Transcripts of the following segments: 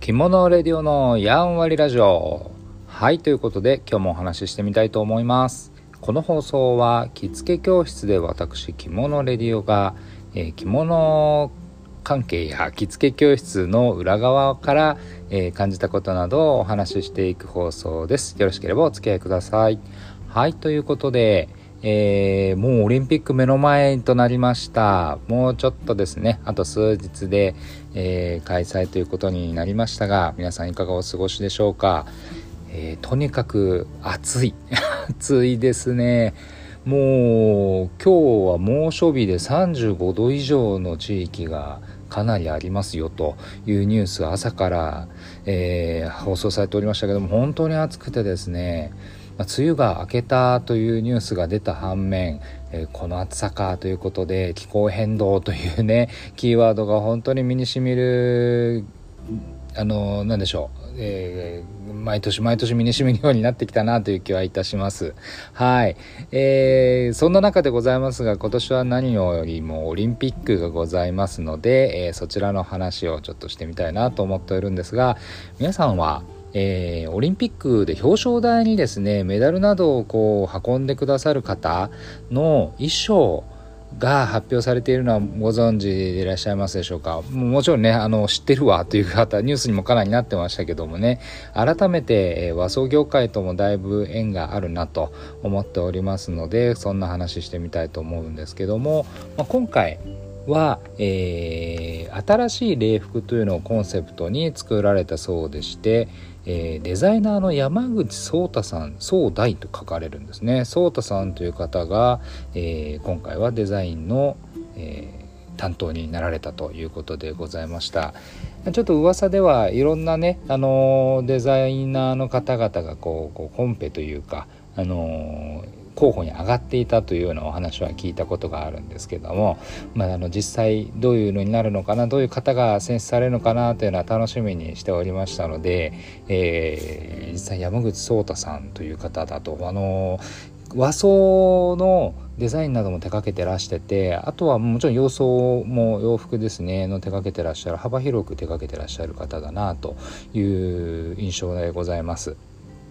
着物レディオのやんわりラジオ。はい、ということで今日もお話ししてみたいと思います。この放送は着付け教室で私着物レディオが、着物関係や着付け教室の裏側から、感じたことなどをお話ししていく放送です。よろしければお付き合いください。はい、ということでもうオリンピック目の前となりました。もうちょっとですね、あと数日で、開催ということになりましたが、皆さんいかがお過ごしでしょうか。とにかく暑い暑いですね。もう今日は猛暑日で35度以上の地域がかなりありますよというニュースが朝から、放送されておりましたけども、本当に暑くてですね、梅雨が明けたというニュースが出た反面、この暑さかということで気候変動というねキーワードが本当に身に染みるなんでしょう、毎年身に染みるようになってきたなという気はいたします。はい、そんな中でございますが、今年は何よりもオリンピックがございますので、そちらの話をちょっとしてみたいなと思っているんですが、皆さんはオリンピックで表彰台にですねメダルなどをこう運んでくださる方の衣装が発表されているのはご存知でいらっしゃいますでしょうか。もちろんね知ってるわという方ニュースにもかなりなってましたけどもね、改めて、和装業界ともだいぶ縁があるなと思っておりますので、そんな話してみたいと思うんですけども、今回は、新しい礼服というのをコンセプトに作られたそうでして、デザイナーの山口壮太さん、壮大と書かれるんですね。壮太さんという方が、今回はデザインの、担当になられたということでございました。ちょっと噂ではいろんなね、デザイナーの方々がこうコンペというか、候補に上がっていたというようなお話は聞いたことがあるんですけども、実際どういうのになるのかな、どういう方が選出されるのかなというのは楽しみにしておりましたので、実際山口壮太さんという方だと和装のデザインなども手掛けてらしてて、あとはもちろん洋装も洋服ですねの手掛けてらっしゃる、幅広く手掛けてらっしゃる方だなという印象でございます。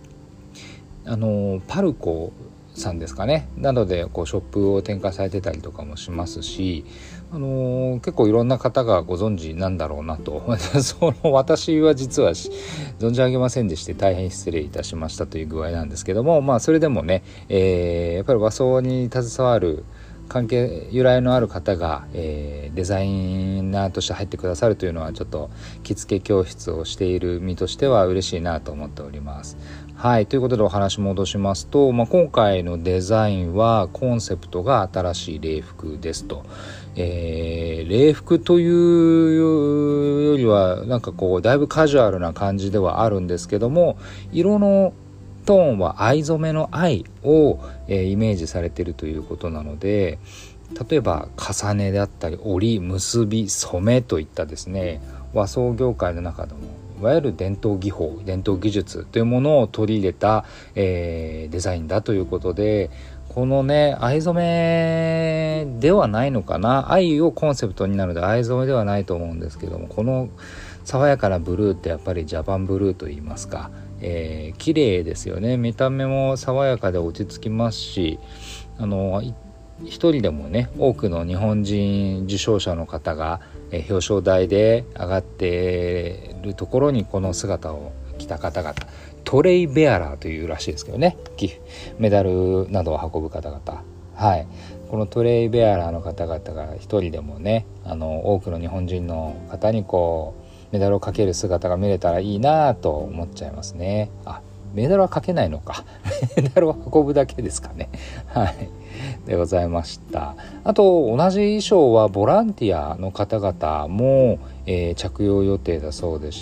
パルコさんですかねなどでこうショップを展開されてたりとかもしますし、結構いろんな方がご存知なんだろうなと私は実は存じ上げませんでして大変失礼いたしましたという具合なんですけども、それでもね、やっぱり和装に携わる関係由来のある方が、デザイナーとして入ってくださるというのはちょっと着付け教室をしている身としては嬉しいなと思っております。はい、ということでお話戻しますと、今回のデザインはコンセプトが新しい礼服ですと、礼服というよりはなんかこうだいぶカジュアルな感じではあるんですけども、色のトーンは藍染めの藍を、イメージされているということなので、例えば重ねであったり織り結び染めといったですね和装業界の中でもいわゆる伝統技法伝統技術というものを取り入れた、デザインだということで、このね藍染めではないのかな、藍をコンセプトになるので藍染めではないと思うんですけども、この爽やかなブルーってやっぱりジャパンブルーといいますか、綺麗ですよね。見た目も爽やかで落ち着きますし、一人でもね多くの日本人受賞者の方が、表彰台で上がっているところにこの姿を着た方々、トレイベアラーというらしいですけどね、メダルなどを運ぶ方々、はい、このトレイベアラーの方々が一人でもね多くの日本人の方にこうメダルをかける姿が見れたらいいなと思っちゃいますね。メダルはかけないのかメダルを運ぶだけですかね。はいでございました。あと同じ衣装はボランティアの方々も、着用予定だそうでして、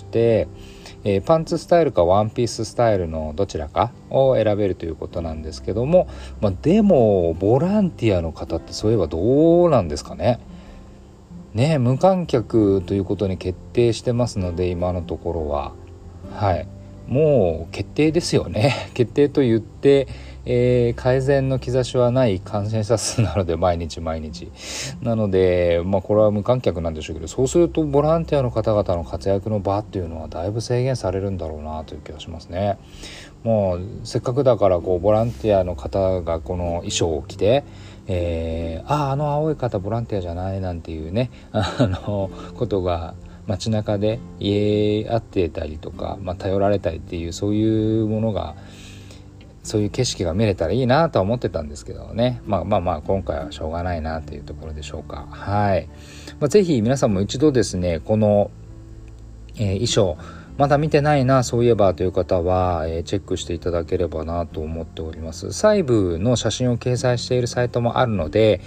パンツスタイルかワンピーススタイルのどちらかを選べるということなんですけども、でもボランティアの方ってそういえばどうなんですかね。無観客ということに決定してますので、今のところはもう決定ですよね決定と言って、 改善の兆しはない感染者数なので、毎日なので、これは無観客なんでしょうけど、そうするとボランティアの方々の活躍の場っていうのはだいぶ制限されるんだろうなという気がしますね。もうせっかくだからボランティアの方がこの衣装を着て、あの青い方ボランティアじゃないなんていうねことが街中で言い合ってたりとか、頼られたりっていう、そういうものが、そういう景色が見れたらいいなとは思ってたんですけどね。今回はしょうがないなというところでしょうか。はい。ぜひ皆さんも一度ですね、この、衣装まだ見てないな、そういえばという方は、チェックしていただければなと思っております。細部の写真を掲載しているサイトもあるので、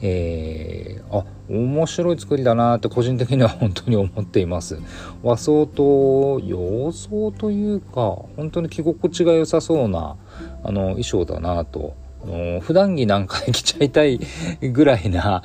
面白い作りだなって個人的には本当に思っています。和装と洋装というか、本当に着心地が良さそうな衣装だなと、普段着なんかで着ちゃいたいぐらいな、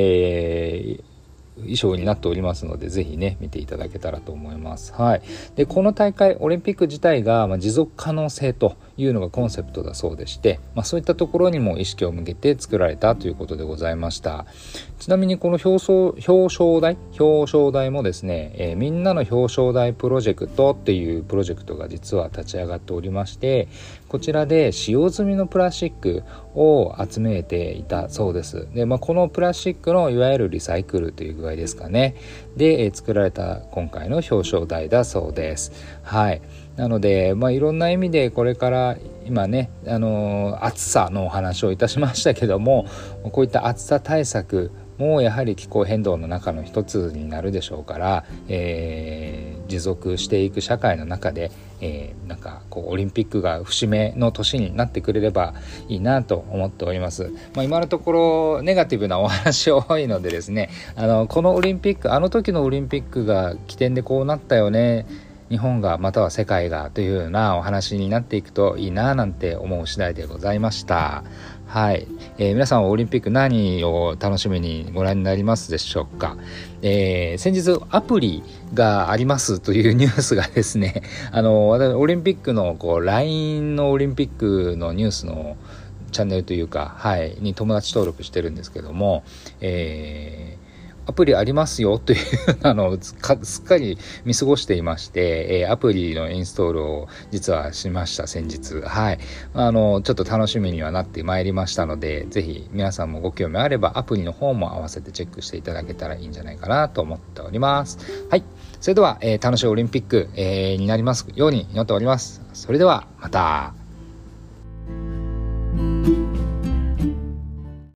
衣装になっておりますので、ぜひね見ていただけたらと思います。はい。でこの大会オリンピック自体が、持続可能性というのがコンセプトだそうでして、そういったところにも意識を向けて作られたということでございました。ちなみにこの表彰台もですね、みんなの表彰台プロジェクトっていうプロジェクトが実は立ち上がっておりまして、こちらで使用済みのプラスチックを集めていたそうです。で、このプラスチックのいわゆるリサイクルという具合ですかね、で、作られた今回の表彰台だそうです。はい。なので、いろんな意味でこれから今ね、暑さのお話をいたしましたけども、こういった暑さ対策もやはり気候変動の中の一つになるでしょうから、持続していく社会の中で、オリンピックが節目の年になってくれればいいなと思っております。今のところネガティブなお話多いのでですね、このオリンピック、あの時のオリンピックが起点でこうなったよね、日本がまたは世界がというようなお話になっていくといいななんて思う次第でございました。はい。皆さんはオリンピック何を楽しみにご覧になりますでしょうか。先日アプリがありますというニュースがですね、私オリンピックのLINE のオリンピックのニュースのチャンネルというか、に友達登録してるんですけども、アプリありますよというすっかり見過ごしていまして、アプリのインストールを実はしました、先日。はい。ちょっと楽しみにはなってまいりましたので、ぜひ皆さんもご興味あればアプリの方も合わせてチェックしていただけたらいいんじゃないかなと思っております。はい。それでは、楽しいオリンピック、になりますように祈っております。それではまた。